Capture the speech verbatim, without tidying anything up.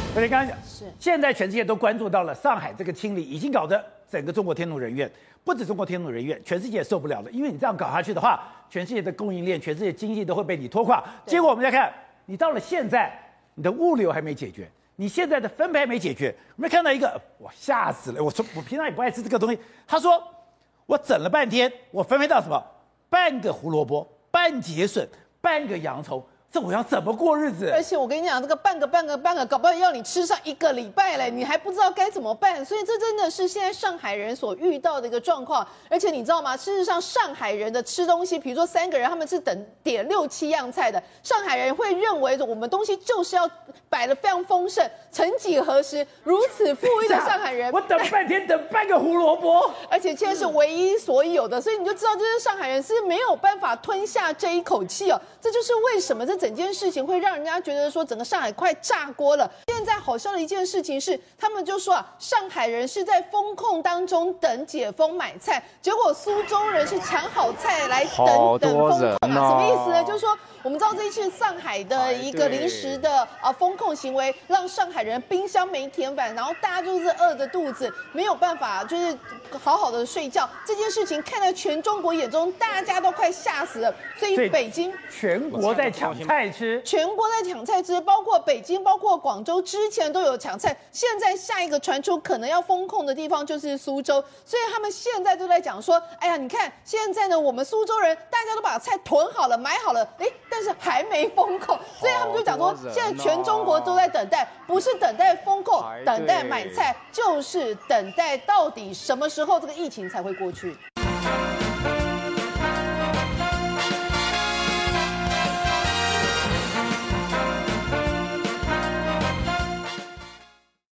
而且刚刚讲， 是现在全世界都关注到了上海这个清理，已经搞得整个中国天怒人怨。不止中国天怒人怨，全世界也受不了了。因为你这样搞下去的话，全世界的供应链、全世界经济都会被你拖垮。结果我们再看，你到了现在，你的物流还没解决，你现在的分配还没解决。我们看到一个，我吓死了！我说我平常也不爱吃这个东西。他说我整了半天，我分配到什么？半个胡萝卜，半节笋，半个洋葱。这我要怎么过日子？ 而且我跟你讲，这个半个半个半个，搞不好要你吃上一个礼拜嘞，你还不知道该怎么办。所以这真的是现在上海人所遇到的一个状况。而且你知道吗？事实上，上海人的吃东西，比如说三个人，他们是等点六七样菜的。上海人会认为我们东西就是要摆得非常丰盛。曾几何时，如此富裕的上海人， 我等半天等半个胡萝卜， 而且现在是唯一所有的，所以你就知道，这些上海人是没有办法吞下这一口气哦。这就是为什么这整件事情会让人家觉得说整个上海快炸锅了。现在好笑的一件事情是，他们就说啊，上海人是在封控当中等解封买菜，结果苏州人是抢好菜来等等封控啊，什么意思呢？就是说，我们知道这一次上海的一个临时的啊封控行为，让上海人冰箱没填满，然后大家就是饿着肚子，没有办法就是好好的睡觉。这件事情看在全中国眼中，大家都快吓死了。所以北京全国在抢菜吃， 全国在抢菜吃，包括北京、包括广州之前都有抢菜，现在下一个传出可能要封控的地方就是苏州，所以他们现在都在讲说，哎呀，你看现在呢，我们苏州人大家都把菜囤好了、买好了，哎，但是还没封控，所以他们就讲说，现在全中国都在等待，不是等待封控，等待买菜，就是等待到底什么时候这个疫情才会过去。